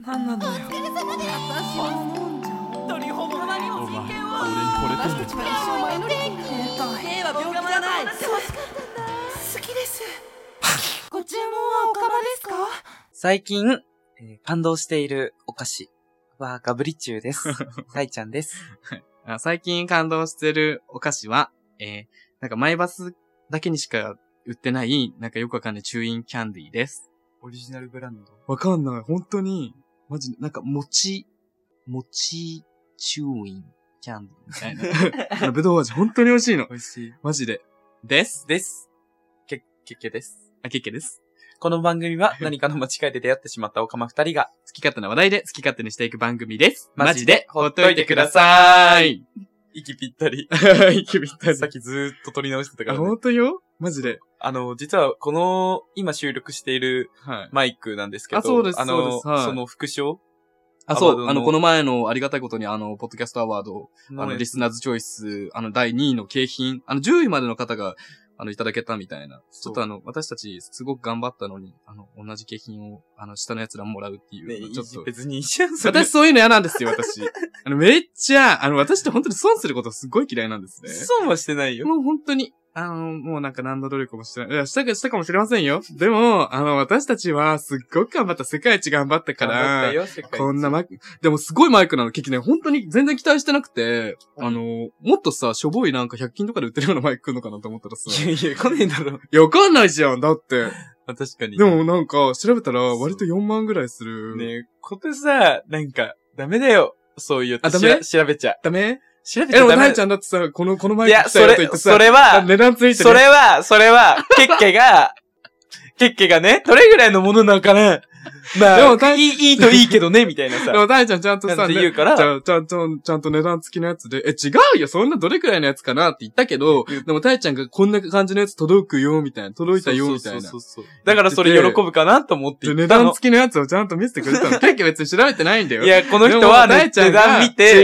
なんなのよ。私も思うんじゃん。 鳥ほどまにも人権を。 私たちは一生前乗り切って兵は病気じゃない。楽しかったんだ。好きです。ご注文はおかまですか？ 最近、感動しているお菓子はガブリチューです。さいちゃんです。 最近感動してるお菓子は、なんかマイバスだけにしか売ってない、なんかよくわかんないチューインキャンディーです。 オリジナルブランド。 わかんない。本当に、マジで、なんか餅チューインキャンディーみたいな。ぶどう味、本当に美味しいの。 美味しい。 マジで。 です。けです。 けっけです。 この番組は何かの間違いで出会ってしまったオカマ二人が好き勝手な話題で好き勝手にしていく番組です。 マジでほっといてください。 息ぴったり。 息ぴったり。 さっきずーっと撮り直してたから、ね。 本当よ？マジで。 実はこの、今収録しているマイクなんですけど。 そうです、そうです。 その副賞そう、この前のありがたいことにポッドキャストアワード、リスナーズチョイス、第2位の景品、10位までの方が、いただけたみたいな。ちょっと私たち、すごく頑張ったのに、同じ景品を、下の奴らもらうっていう。 ね、 ちょっと。 別にいいじゃん、 私そういうの嫌なんですよ、私。めっちゃ、私って本当に損することすごい嫌いなんですね。 損はしてないよ。 もう本当に。もうなんか何の努力もしてない。いや、したかもしれませんよ。でも、私たちはすっごく頑張った。世界一頑張ったから。 頑張ったよ、世界一。 こんなマイク。でもすごいマイクなの、結局ね、本当に全然期待してなくて、もっとさ、しょぼいなんか100均とかで売ってるようなマイク来るのかなと思ったらさ。 いや、来ねえだろ。 いや、わかんないじゃん、だって。 確かに。 でもなんか、調べたら割と4万ぐらいする。 ねえ、これさ、なんか、ダメだよ。そういう。 ダメ？ 調べちゃ。 ダメ？ 調べちゃダメ。 でも、大ちゃんだってさ、このマイク来たよと言ってさ、 それは、 値段ついてる。 それは、ケッケがね、どれぐらいのものなのかな。まあ、でもいいといいけどね、みたいなさ。 でも、大ちゃんちゃんとさ、 言うから、 ちゃんと値段付きのやつで、違うよ、そんなどれくらいのやつかなって言ったけど、でも、大ちゃんがこんな感じのやつ届くよ、みたいな、届いたよ、みたいな。そう。 だからそれ喜ぶかなと思って言ったの。 値段付きのやつをちゃんと見せてくれたの。結局別に調べてないんだよ。 いや、この人は値段見て。 違う、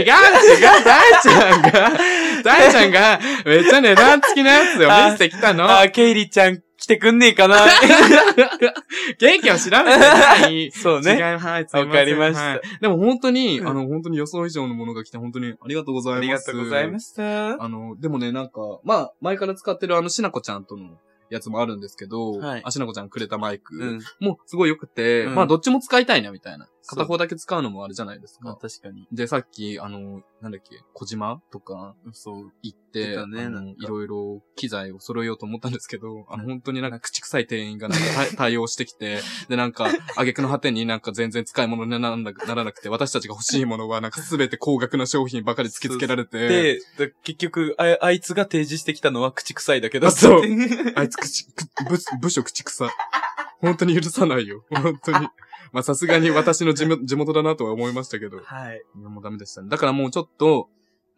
大ちゃんが、めっちゃ値段付きのやつを見せてきたの。 ケイリちゃん来てくんねえかな。 元気を調べてない。 そうね。 はい、 わかりました。 でも本当に、本当に予想以上のものが来て本当にありがとうございます。 ありがとうございました。 でもね、なんか、まあ、前から使ってるしなこちゃんとのやつもあるんですけど、しなこちゃんくれたマイクもすごい良くて、まあ、どっちも使いたいな、みたいな。片方だけ使うのもあれじゃないですか。 確かに。 で、さっき、なんだっけ、小島とか、行って、いろいろ機材を揃えようと思ったんですけど、本当になんか口臭い店員がなんか対応してきて、で、なんか、挙句の果てになんか全然使い物にならなくて、私たちが欲しいものはなんかすべて高額な商品ばかり突きつけられて。 で、結局、あいつが提示してきたのは口臭いだけど。 そう。あいつ部署口臭。本当に許さないよ。本当に。まあ、さすがに私の地元だなとは思いましたけど。 はい。 もうダメでしたね。だからもうちょっと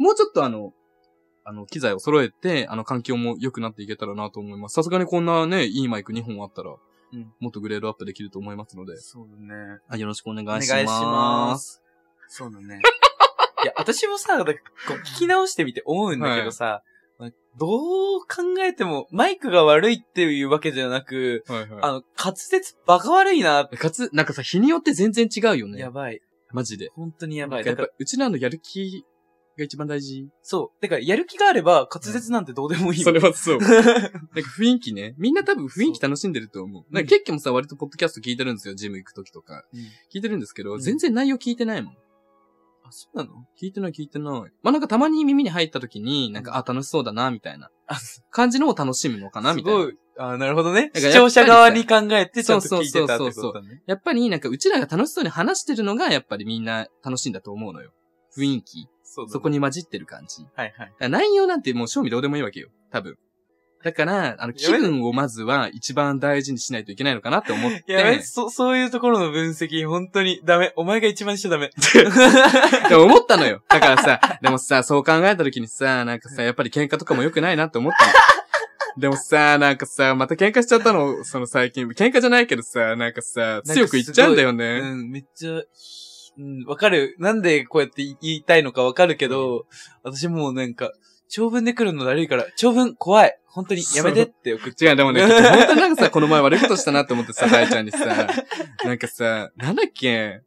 機材を揃えて、環境も良くなっていけたらなと思います。さすがにこんなね、いいマイク2本あったら、もっとグレードアップできると思いますので。 そうだね。 よろしくお願いします。 そうだね。いや、私もさ、聞き直してみて思うんだけどさ、どう考えても、マイクが悪いっていうわけじゃなく、滑舌バカ悪いな。 なんかさ、日によって全然違うよね。 やばい。 マジで。 本当にやばい。 やっぱ、うちらのやる気が一番大事。 そう。だからやる気があれば、滑舌なんてどうでもいい。 それはそう。なんか雰囲気ね。みんな多分雰囲気楽しんでると思う。なんか結構もさ、割とポッドキャスト聞いてるんですよ。ジム行くときとか。聞いてるんですけど、全然内容聞いてないもん。 あ、そうなの？ 聞いてない。まあ、なんかたまに耳に入った時に、なんか、楽しそうだな、みたいな感じのを楽しむのかな、みたいな。 すごい。なるほどね。視聴者側に考えてちゃんと聞いてたってことだね。 やっぱりなんかうちらが楽しそうに話してるのが、やっぱりみんな楽しいんだと思うのよ。雰囲気。そこに混じってる感じ。 はいはい。 内容なんてもう正味どうでもいいわけよ。多分。だから、気分をまずは一番大事にしないといけないのかなって思って。 やべ、そういうところの分析、本当にダメ。お前が一番しちゃダメ。 でも思ったのよ。だからさ、でもさ、そう考えた時にさ、なんかさ、やっぱり喧嘩とかも良くないなって思ったの。でもさ、なんかさ、また喧嘩しちゃったの、最近。喧嘩じゃないけどさ、なんかさ、強く言っちゃうんだよね。 めっちゃ、わかる。なんでこうやって言いたいのかわかるけど、私もうなんか、長文で来るの悪いから、長文怖い。本当にやめてって送って。 違う、でもね、本当になんかさ、この前悪いことしたなって思ってさ、大ちゃんにさ、なんかさ、なんだっけ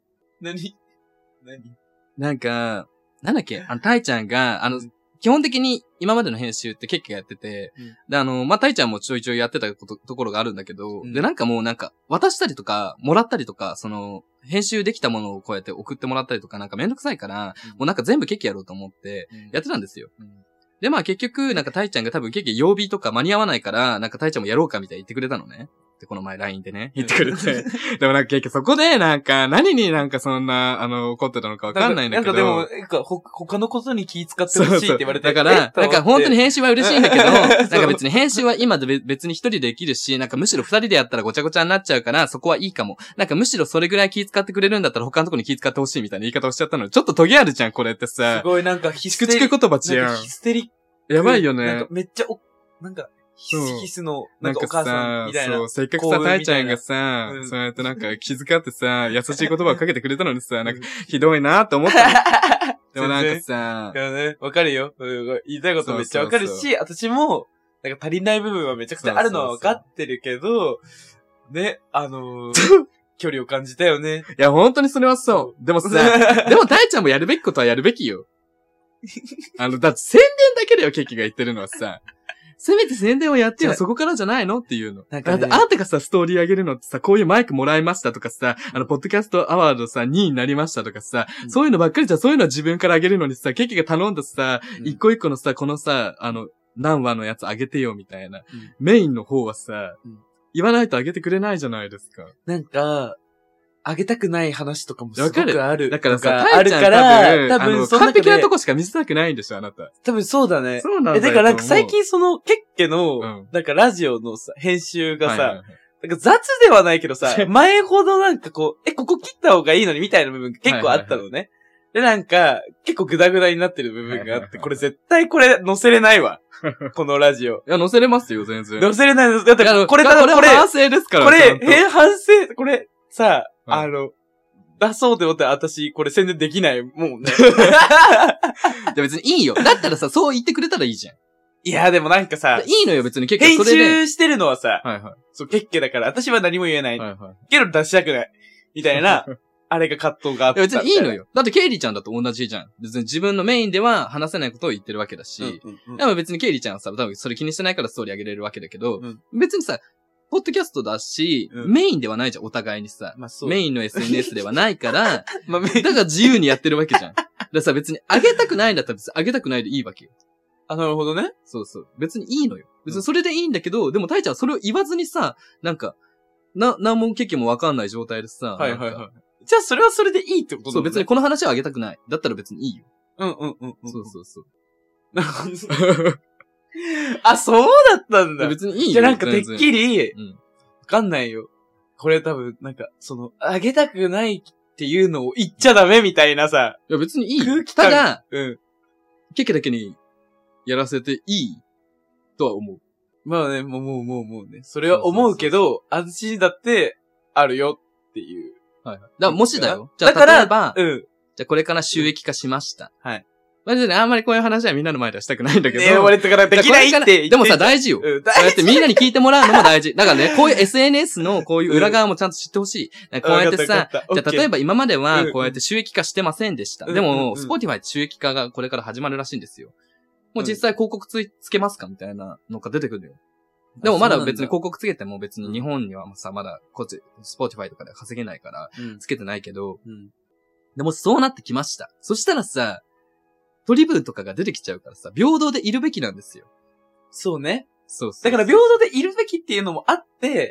何なんか、なんだっけタイちゃんが、基本的に今までの編集ってケッケがやってて、で、タイちゃんもちょいちょいやってたところがあるんだけど、で、なんかもう渡したりとか、もらったりとか、編集できたものをこうやって送ってもらったりとか、なんかめんどくさいから、もう全部ケッケやろうと思って、やってたんですよ。で、結局、タイちゃんが多分ケッケ曜日とか間に合わないから、タイちゃんもやろうかみたいに言ってくれたのね。で、この前 LINE でね、言ってくれて。でも結局そこで何にそんな、怒ってたのかわかんないんだけど。 でも、他のことに気遣ってほしいって言われて。 だから、本当に編集は嬉しいんだけど、別に編集は今で別に一人でできるし、むしろ二人でやったらごちゃごちゃになっちゃうから、そこはいいかも。むしろそれぐらい気遣ってくれるんだったら他のとこに気遣ってほしいみたいな言い方をしちゃったの。ちょっとトゲあるじゃん、これってさ。 すごいチクチク言葉じゃん。 ヒステリック。 やばいよね。 めっちゃヒスの、お母さんみたいな。 そう、せっかくさ、タイちゃんがさ、そうやって気遣ってさ、優しい言葉をかけてくれたのにさ、ひどいなって思った。でもさ、 いやね、わかるよ。言いたいことめっちゃわかるし、私も、足りない部分はめちゃくちゃあるのはわかってるけど、ね、距離を感じたよね。 いや、本当にそれはそう。でもさ、でもタイちゃんもやるべきことはやるべきよ。だって宣伝だけだよ、ケーキが言ってるのはさ。せめて宣伝をやってよ、そこからじゃないのっていうの。だってあんたがさ、ストーリー上げるのってさ、こういうマイクもらいましたとかさ、ポッドキャストアワードさ、2位になりましたとかさ、そういうのばっかりじゃ、そういうのは自分から上げるのにさ、ケーキが頼んださ、一個一個のさ、このさ、何話のやつ上げてよみたいな。メインの方はさ、言わないと上げてくれないじゃないですか。 あげたくない話とかもすごくある。 だからさ、タイちゃん多分完璧なとこしか見せたくないんでしょ、あなた。 多分そうだね。 そうなんだよ。 だから最近ケッケの、ラジオのさ、編集がさ、雑ではないけどさ、前ほどここ切った方がいいのにみたいな部分が結構あったのね。で結構グダグダになってる部分があって、これ絶対載せれないわ。このラジオ。 いや、載せれますよ、全然。 載せれないです。だってこれ反省ですから。 これ、反省、これ、さ、だそうでもって私、これ宣伝できないもんね。 いや別にいいよ。だったらさ、そう言ってくれたらいいじゃん。 いや、でもさ、 いいのよ、別に結構編集してるのはさ、 はいはい。 そう、ケッケだから、私は何も言えない。 はいはい。 けど出したくない。みたいな、あれが葛藤があった。 別にいいのよ。だってケイリーちゃんだと同じじゃん。別に自分のメインでは話せないことを言ってるわけだし、でも別にケイリーちゃんはさ、多分それ気にしてないからストーリー上げれるわけだけど、別にさ、ポッドキャストだし、メインではないじゃん、お互いにさ。メインの SNS ではないから、だから自由にやってるわけじゃん。だからさ、別に上げたくないんだったら別に上げたくないでいいわけよ。 あ、なるほどね。 そうそう。別にいいのよ。別にそれでいいんだけど、でもタイちゃんはそれを言わずにさ、何もケーキもわかんない状態でさ。 はいはいはい。じゃあそれはそれでいいってことだね。 そう、別にこの話は上げたくない。だったら別にいいよ。そうそうそう。なるほど。 あ、そうだったんだ。 別にいいよ。 じゃあてっきり、わかんないよ。これ多分、あげたくないっていうのを言っちゃダメみたいなさ。 いや別にいいよ。ただ、ケーキだけにやらせていいとは思う。 まあね、もうね。それは思うけど、私だってあるよっていう。 はい。だからもしだよ。じゃあ例えば、じゃあこれから収益化しました。 はい。 まじであんまりこういう話はみんなの前ではしたくないんだけど。 言われたからできないって。 でもさ、大事よ。そうやってみんなに聞いてもらうのも大事。だからね、こういう SNS のこういう裏側もちゃんと知ってほしい。こうやってさ、じゃあ例えば今まではこうやって収益化してませんでした。でも、Spotify って収益化がこれから始まるらしいんですよ。もう実際広告つけますかみたいなのが出てくるよ。でもまだ別に広告つけても別に日本にはさ、まだこっち、Spotify とかでは稼げないから、つけてないけど、でもそうなってきました。そしたらさ、取り分とかが出てきちゃうからさ、平等でいるべきなんですよ。 そうね。 そう。 だから平等でいるべきっていうのもあって、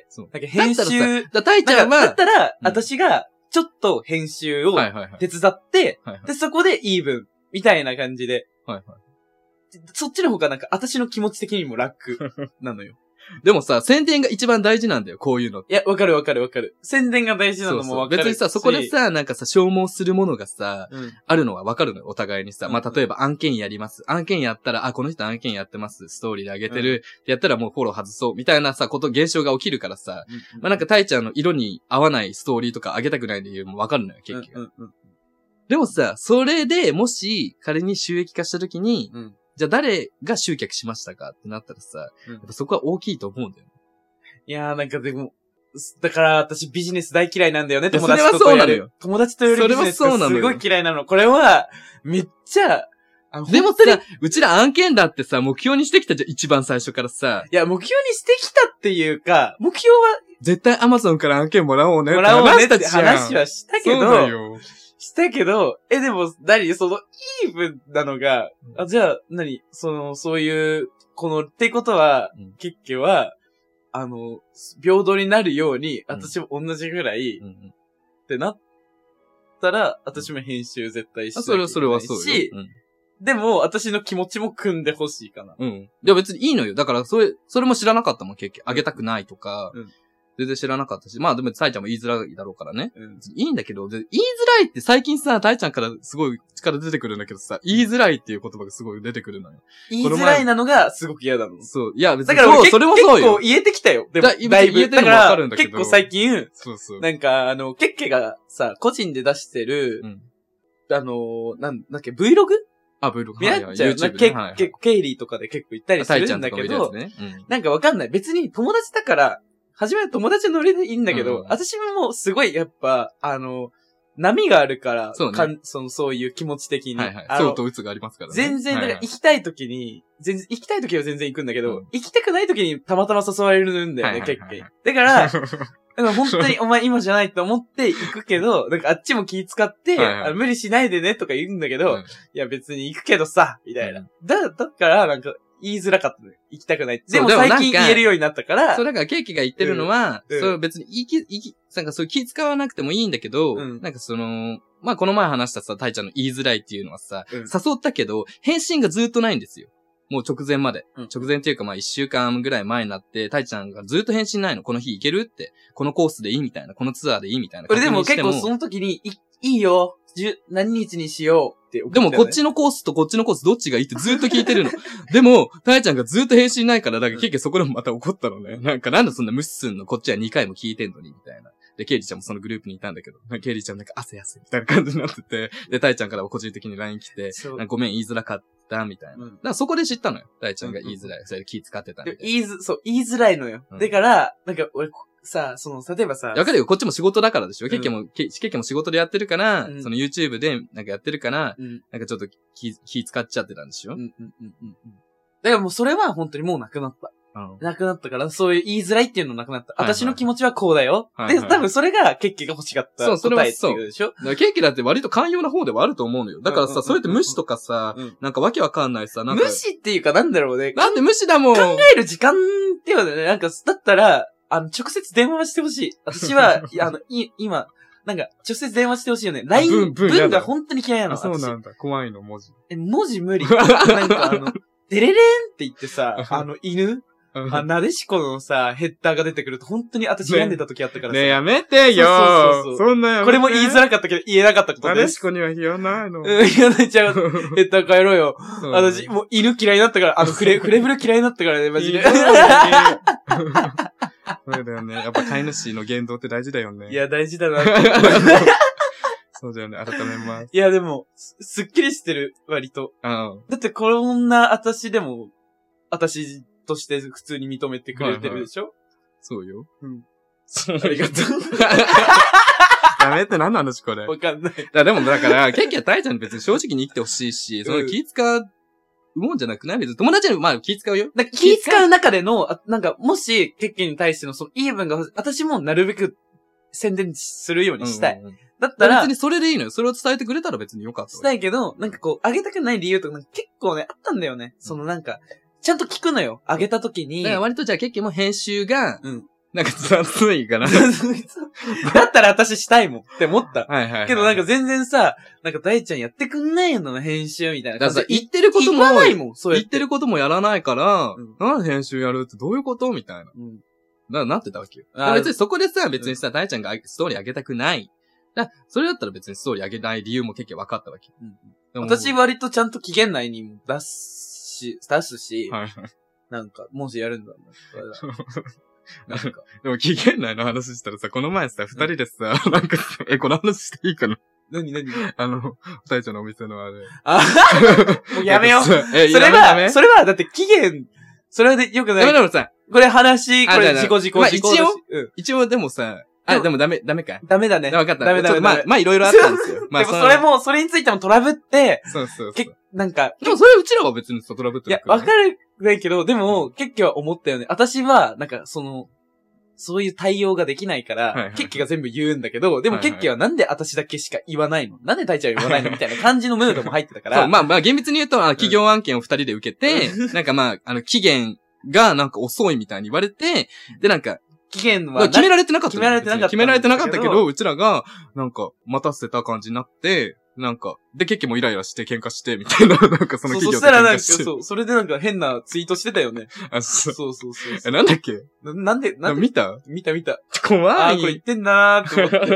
編集。 タイちゃんは、 だったら、私がちょっと編集を手伝って、で、そこでイーブン、みたいな感じで。そっちの方が私の気持ち的にも楽なのよ。 でもさ、宣伝が一番大事なんだよ、こういうのって。 いや、わかる。宣伝が大事なのもわかる。 別にさ、そこでさ、消耗するものがさ、あるのはわかるのよ、お互いにさ。例えば案件やります。案件やったら、この人案件やってます。ストーリーで上げてる。ってやったらもうフォロー外そう。みたいなさ、現象が起きるからさ。タイちゃんの色に合わないストーリーとか上げたくない理由もわかるのよ、結局。でもさ、それでもし、仮に収益化した時に、じゃあ誰が集客しましたかってなったらさ、やっぱそこは大きいと思うんだよね。 いやーでも、 だから私ビジネス大嫌いなんだよね、友達とやる。 友達とやるビジネスがすごい嫌いなの。これは、めっちゃ、 でもさ、うちら案件だってさ、目標にしてきたじゃん、一番最初からさ。 いや、目標にしてきたっていうか、目標は、 絶対アマゾンから案件もらおうねって話はしたけど、 そうだよ。 したけど、でも、その、イーブンなのが、じゃあ、そういう、ってことは、結局は、平等になるように、私も同じぐらい、ってなったら、私も編集絶対してるし。 それはそうよ。 でも、私の気持ちも組んでほしいかな。 いや別にいいのよ。だから、それも知らなかったもん、結局。あげたくないとか。全然知らなかったし。まあでも、タイちゃんも言いづらいだろうからね。いいんだけど、言いづらいって最近さ、タイちゃんからすごい力出てくるんだけどさ、言いづらいっていう言葉がすごい出てくるのよ。 言いづらいなのがすごく嫌だの。 そう。いや、別に。 だからそれもそうよ。 結構言えてきたよ。でも、だいぶ。だから、結構最近、なんか、ケッケがさ、個人で出してる、なんだっけ、Vlog？ Vlog。 見らっちゃう。結構、ケイリーとかで結構行ったりするんだけど、なんかわかんない。別に友達だから、初めは友達のノリでいいんだけど、私ももうすごいやっぱ、波があるから、そういう気持ち的に。 そうと鬱がありますからね。 全然、だから行きたい時は全然行くんだけど、行きたくない時にたまたま誘われるんだよね、結構。だから、本当にお前今じゃないと思って行くけど、なんかあっちも気使って、無理しないでねとか言うんだけど、いや別に行くけどさ、みたいな。だからなんか言いづらかったのよ。行きたくない。でも最近言えるようになったから。 そう、だからケーキが言ってるのは、そう別になんかそう気使わなくてもいいんだけど、なんかまあこの前話したさ、タイちゃんの言いづらいっていうのはさ、誘ったけど、返信がずっとないんですよ。もう直前まで。直前っていうかまあ1週間ぐらい前になって、タイちゃんがずっと返信ないの。この日行けるって。このコースでいいみたいな。このツアーでいいみたいな。 これでも結構その時に、いいよ。何日にしようって送ったよね。 でもこっちのコースとこっちのコースどっちがいいってずっと聞いてるの。でも、タイちゃんがずっと返信ないから、だから結局そこでもまた怒ったのね。なんでそんな無視すんの？こっちは2回も聞いてんのに、みたいな。で、ケイリちゃんもそのグループにいたんだけど、ケイリちゃんなんか汗汗みたいな感じになってて、で、タイちゃんからも個人的に LINE 来て、ごめん言いづらかったみたいな。だからそこで知ったのよ。タイちゃんが言いづらい。それで気使ってたんで。 言いづらいのよ。だから、なんか俺、さ、例えばさ。 わかるよ。こっちも仕事だからでしょ。ケッケも仕事でやってるから、その YouTube でなんかやってるから、なんかちょっと気使っちゃってたんでしょ。だからもうそれは本当にもうなくなった。なくなったから、そういう言いづらいっていうのなくなった。私の気持ちはこうだよ。で、多分それがケッケが欲しかった答えっていうでしょ。 ケッケだって割と寛容な方ではあると思うのよ。だからさ、それって無視とかさ、なんかわけわかんないさ、なんか。 無視っていうかなんだろうね。 なんで無視だもん。 考える時間っていうのね、なんか、だったら、直接電話してほしい。私は、今、なんか、直接電話してほしいよね。LINE 文が本当に嫌いなの。 そうなんだ。怖いの、文字。 文字無理。なんかデレレーンって言ってさ、犬なでしこのさ、ヘッダーが出てくると、本当に私読んでた時あったからさ。 ねえ、やめてよー。そんなやめて。 これも言いづらかったけど、言えなかったことです。 なでしこには言わないの。 言わないちゃう。ヘッダー変えろよ。私、もう犬嫌いになったから、フレブレ嫌いになったからね、マジで。 そうだよね。やっぱ飼い主の言動って大事だよね。 いや、大事だな。 そうだよね。改めます。 いや、でも、すっきりしてる、割と。だって、こんな私でも、私として普通に認めてくれてるでしょ？ そうよ。 ありがとう。 やめて、何の話これ。 わかんない。 でも、だから、ケッキはタイちゃんに別に正直に生きてほしいし、その気使うもんじゃなくない？別に友達にまあ気使うよ。 気使う中での、なんか、もし、ケッキに対してのそのイーブンが、私もなるべく宣伝するようにしたい。だったら。 別にそれでいいのよ。それを伝えてくれたら別によかった。 したいけど、なんかこう、あげたくない理由とか、結構ね、あったんだよね。そのなんか、ちゃんと聞くのよ。あげた時に。 だから割とじゃあ結局も編集が、なんか雑いかな。 だったら私したいもんって思った。けどなんか全然さ、なんか大ちゃんやってくんないの編集みたいな感じで。 言ってることも、 言わないもん。 言ってることもやらないから、なんで編集やるってどういうことみたいな。なってたわけよ。別にそこでさ、別にさ、大ちゃんがストーリー上げたくない。それだったら別にストーリー上げない理由も結構分かったわけ。 私割とちゃんと期限内にも出すし、なんか、文字やるんだもん。 なんか。でも期限内の話したらさ、この前さ、二人でさ、なんか、この話していいかな？ 何大ちゃんのお店のあれ。 もうやめよう。それは、だって期限、それはでよくない。 でもさ、 これ話、これ事故。 まあ一応でもさ、でもダメか。 ダメだね。 わかった。 ダメ。 まあいろいろあったんですよ。まあでもそれについてもトラブって、 そう。 なんか。 でもそれうちらは別にトラブっていや、わかるないけど、でも、結局は思ったよね。私は、なんかそういう対応ができないから、ケッキが全部言うんだけど、でもケッキはなんで私だけしか言わないの？なんで大ちゃんは言わないのみたいな感じのムードも入ってたから。 そう、まあ厳密に言うと、企業案件を2人で受けて、なんかまあ、期限がなんか遅いみたいに言われて、でなんか、 期限は決められてなかった。 決められてなかったけど、うちらが、なんか、待たせた感じになって、なんか、で、ケッキもイライラして喧嘩して、みたいな、なんかその企業と喧嘩して。 そしたらなんか、それでなんか変なツイートしてたよね。そう。 なんだっけなんで見た。 怖い。これ言ってんだなーって思って。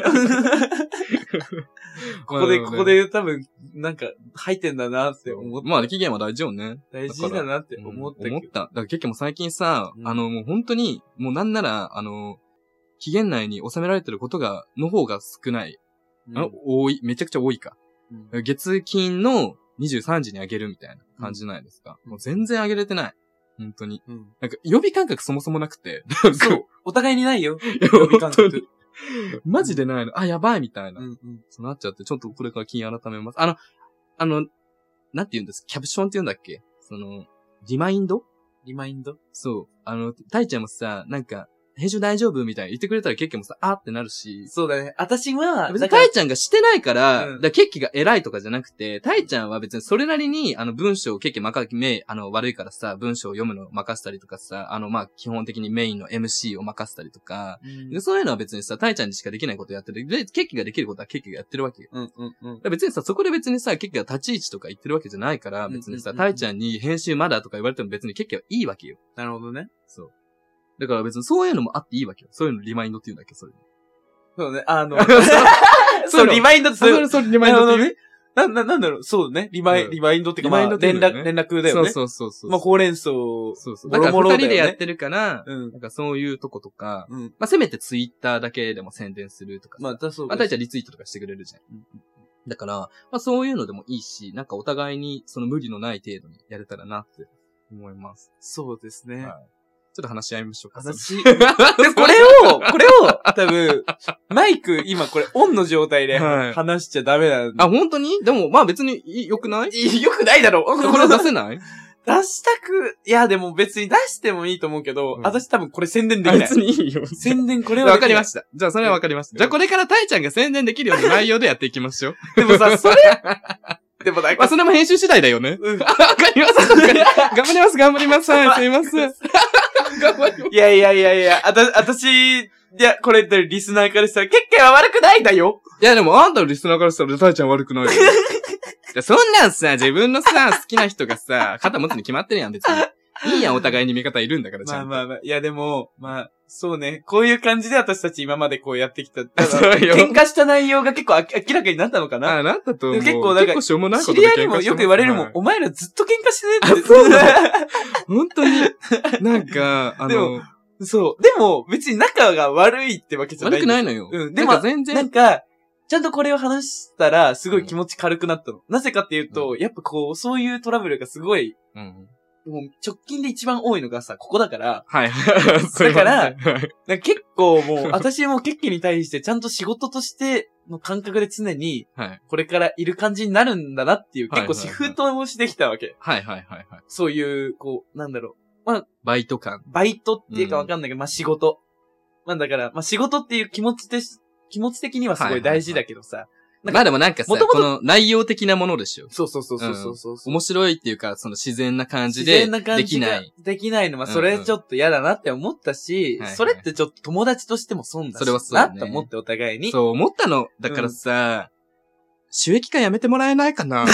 ここで多分、なんか、入ってんだなって思った。 まあ、期限は大事よね。 大事だなって思ったけど。 だから結局も最近さ、もう本当に、もうなんなら、期限内に収められてることの方が少ない。多い、めちゃくちゃ多いか。月金の23時にあげるみたいな感じじゃないですか。もう全然あげれてない。本当に。なんか、予備感覚そもそもなくて。 そう。お互いにないよ。予備感覚。 マジでないの。やばいみたいな。そうなっちゃって、ちょっとこれから気改めます。なんて言うんです？キャプションって言うんだっけ？リマインド？そう。タイちゃんもさ、なんか、編集大丈夫みたいに言ってくれたらケッキもさ、ってなるし。 そうだね。私は、 別にタイちゃんがしてないから、ケッキが偉いとかじゃなくて、タイちゃんは別にそれなりに、文章をケッキ悪いからさ、文章を読むのを任せたりとかさ、まあ、基本的にメインの MC を任せたりとか、そういうのは別にさ、タイちゃんにしかできないことやってる。で、ケッキができることはケッキがやってるわけよ。別にさ、そこで別にさ、ケッキが立ち位置とか言ってるわけじゃないから、別にさ、タイちゃんに編集まだとか言われても別にケッキはいいわけよ。 なるほどね。 そう。だから別にそういうのもあっていいわけよ。そういうのリマインドって言うんだっけ、それ。 そうね、そう、リマインドってそう、リマインドって言う？なんだろう、そうね。リマインドっていうか、まあ、連絡だよね。 そう。 まあ、ほうれん草、 だから二人でやってるから、なんかそういうとことか、まあ、せめてツイッターだけでも宣伝するとかさ。まあ、そう。あたりじゃリツイートとかしてくれるじゃん。だから、まあ、そういうのでもいいし、なんかお互いにその無理のない程度にやれたらなって思います。 そうですね。 ちょっと話し合いましょうか。 これを、多分、マイク、今これオンの状態で話しちゃダメなんだ。 本当に？でも、まあ別に良くない？ 良くないだろ。 これ出せない？ 出したいや、でも別に出してもいいと思うけど、私多分これ宣伝できない。 別にいいよ。 宣伝これは。 わかりました。じゃあそれはわかりました。じゃあこれからタイちゃんが宣伝できるような内容でやっていきましょう。 でもさ、でもなんか。 それも編集次第だよね。わかります。頑張ります。はい、すいません。 いや、私、これってリスナーからしたら、結構は悪くないんだよ。 いや、でもあんたのリスナーからしたら、タイちゃん悪くないよ。そんなんさ、自分のさ、好きな人がさ、肩持つに決まってるやん、別に。いいやん、お互いに味方いるんだから、ちゃんと。 まあ。いや、でも、まあ、そうね。こういう感じで私たち今までこうやってきた。 そうよ。 喧嘩した内容が結構明らかになったのかな。 なったと思う。 結構なんか、 しょうもないことで喧嘩して知り合いにもよく言われるもん。お前らずっと喧嘩してねって。 そうだ。本当に。なんか、 でも、別に仲が悪いってわけじゃない。 悪くないのよ。 でも、全然。なんか、ちゃんとこれを話したら、すごい気持ち軽くなったの。なぜかっていうと、やっぱこう、そういうトラブルがすごい、もう直近で一番多いのがさ、ここだから。 はい。 だから、結構もう、私もケッキに対してちゃんと仕事としての感覚で常に、これからいる感じになるんだなっていう、結構シフトをしてきたわけ。 はい。 そういう、こう、なんだろう。まあ、 バイト感。 バイトっていうかわかんないけど、まあ仕事。まあだから、まあ仕事っていう気持ち的にはすごい大事だけどさ。 まあでもなんかさ、この内容的なものでしょ。 そう。 面白いっていうか、その自然な感じでできない。 できないのは、それちょっと嫌だなって思ったし、それってちょっと友達としても損だし。 それはそうなって思ってお互いに。 そう思ったの。だからさ、収益化やめてもらえないかな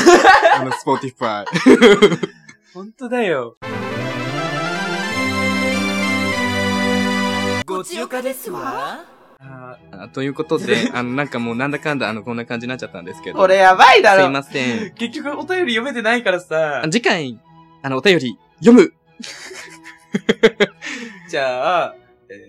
Spotify。 本当だよ。ごちよかですわ。 ということで、なんかもうなんだかんだこんな感じになっちゃったんですけど。 これやばいだろ。 すいません。 結局お便り読めてないからさ。 次回、お便り読む。 じゃあ、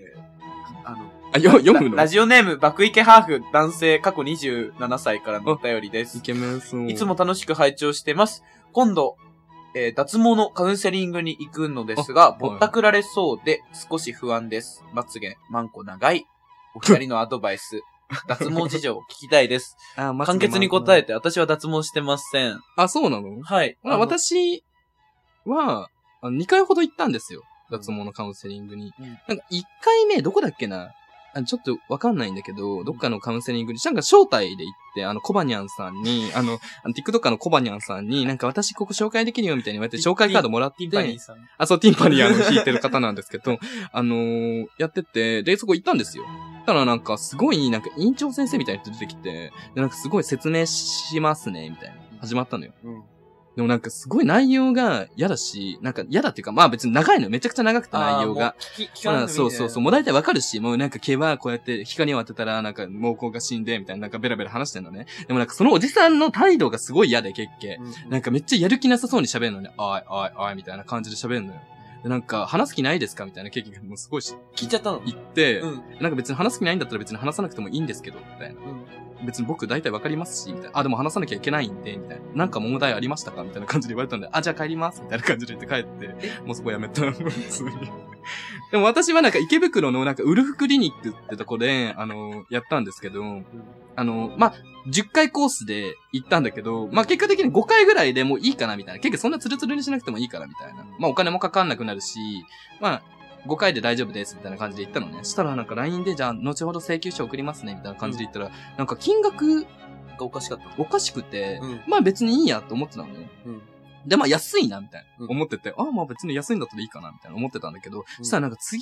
読むの？ ラジオネーム、爆池ハーフ、男性、過去27歳からのお便りです。 イケメンそう。 いつも楽しく拝聴してます。今度、 脱毛のカウンセリングに行くのですが、ぼったくられそうで少し不安です。まつげ、マンコ長い。お二人のアドバイス、脱毛事情を聞きたいです。簡潔に答えて、私は脱毛してません。 あ、そうなの？ はい。 私は、2回ほど行ったんですよ。脱毛のカウンセリングに。なんか1回目、どこだっけな？ちょっとわかんないんだけど、どっかのカウンセリングに、なんか招待で行って、コバニャンさんに、TikTok のコバニャンさんに、なんか私ここ紹介できるよみたいに言われて、紹介カードもらって、 ティンパニーさん。 そう、ティンパニー弾いてる方なんですけど、やってて、で、そこ行ったんですよ。ただなんかすごい、なんか院長先生みたいな人出てきて、で、なんかすごい説明しますね、みたいな。始まったのよ。でもなんかすごい内容が嫌だし、なんか嫌だっていうか、まあ別に長いのめちゃくちゃ長くて内容が。そう。もう大体わかるし、もうなんか毛はこうやって光を当てたらなんか毛根が死んで、みたいななんかベラベラ話してんのね。でもなんかそのおじさんの態度がすごい嫌で、結局。なんかめっちゃやる気なさそうに喋るのね。おい、みたいな感じで喋るのよ。で、なんか話す気ないですかみたいな結局もうすごい聞いちゃったの言って、なんか別に話す気ないんだったら別に話さなくてもいいんですけど、みたいな。別に僕大体わかりますし、みたいな。でも話さなきゃいけないんで、みたいな。なんか問題ありましたかみたいな感じで言われたんで、じゃあ帰ります、みたいな感じで言って帰って、もうそこやめた。普通に。でも私はなんか池袋のなんかウルフクリニックってとこで、やったんですけど、まあ、10回コースで行ったんだけど、まあ結果的に5回ぐらいでもういいかなみたいな。結局そんなツルツルにしなくてもいいからみたいな。まあお金もかかんなくなるし、まあ、5回で大丈夫ですみたいな感じで言ったのね。したらなんか LINE でじゃあ後ほど請求書送りますねみたいな感じで言ったら、なんか金額がおかしかった。 おかしくて、まあ別にいいやと思ってたのね。で、まあ安いなみたいな思ってて、まあ別に安いんだったらいいかなみたいな思ってたんだけど、そしたらなんか次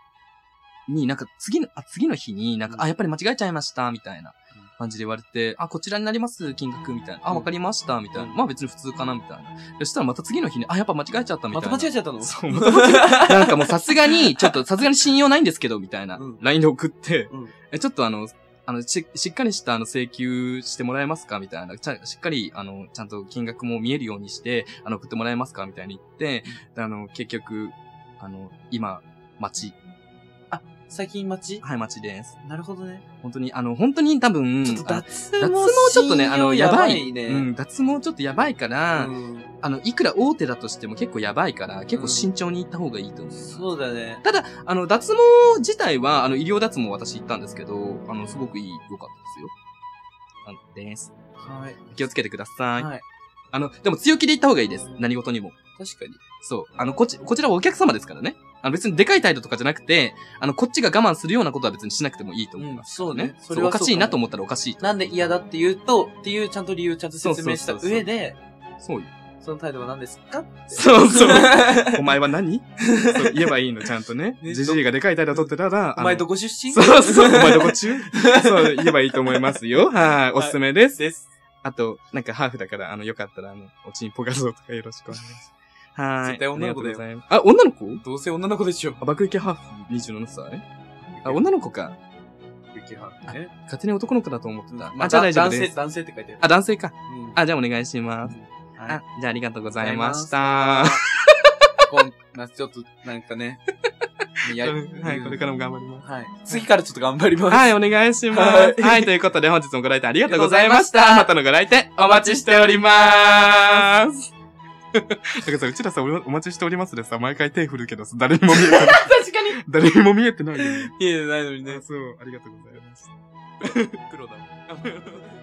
の日になんか、やっぱり間違えちゃいましたみたいな感じで言われて、こちらになります金額みたいな。わかりましたみたいな。まあ別に普通かなみたいな。そしたらまた次の日に、やっぱ間違えちゃったみたいな。 また間違えちゃったの？ そう、なんかもうさすがに信用ないんですけど、みたいな。LINE で送って、ちょっとしっかりした請求してもらえますかみたいな。しっかり、ちゃんと金額も見えるようにして、送ってもらえますかみたいに言って、結局、今、 最近待ち？ はい、待ちです。 なるほどね。 本当に多分、 ちょっと脱毛ちょっとね、やばい。 ね。 脱毛ちょっとやばいから、いくら大手だとしても結構やばいから、結構慎重に行った方がいいと思う。 そうだね。 ただ、脱毛自体は、医療脱毛私行ったんですけど、すごく良かったですよ。です。 はい。 気をつけてください。 はい。 でも強気で行った方がいいです。何事にも。 確かに。 そう。こちらはお客様ですからね。別にでかい態度とかじゃなくて、こっちが我慢するようなことは別にしなくてもいいと思います。 そうね。 それはおかしいなと思ったらおかしい。 なんで嫌だっていうと、っていうちゃんと理由ちゃんと説明した上で、 そうよ。 その態度は何ですか？ そう。お前は何？そう言えばいいの、ちゃんとね。ジジイがでかい態度を取ってたら、 お前どこ出身？ そう。お前どこ中？そう、言えばいいと思いますよ。はい。おすすめです。あと、なんかハーフだから、よかったら、おちんぽ画像とかよろしくお願いします。はい。 絶対女の子だよ。 女の子？ どうせ女の子でしょ。 爆撃ハーフ27歳？女の子か。 爆撃ハーフね。 勝手に男の子だと思ってた。 じゃあ大丈夫です。男性って書いてある。 男性か。じゃあお願いします。じゃあありがとうございました。 ちょっと、なんかね。 はい、これからも頑張ります。 はい。次からちょっと頑張ります。 はい、お願いします。はい、ということで本日もご来店ありがとうございました。またのご来店お待ちしております。なんかさ、うちらさ、お待ちしておりますでさ、毎回手振るけどさ、誰にも見えてない。 確かに。 誰にも見えてないよね。 見えてないのにね。 そう、ありがとうございます。 黒だ。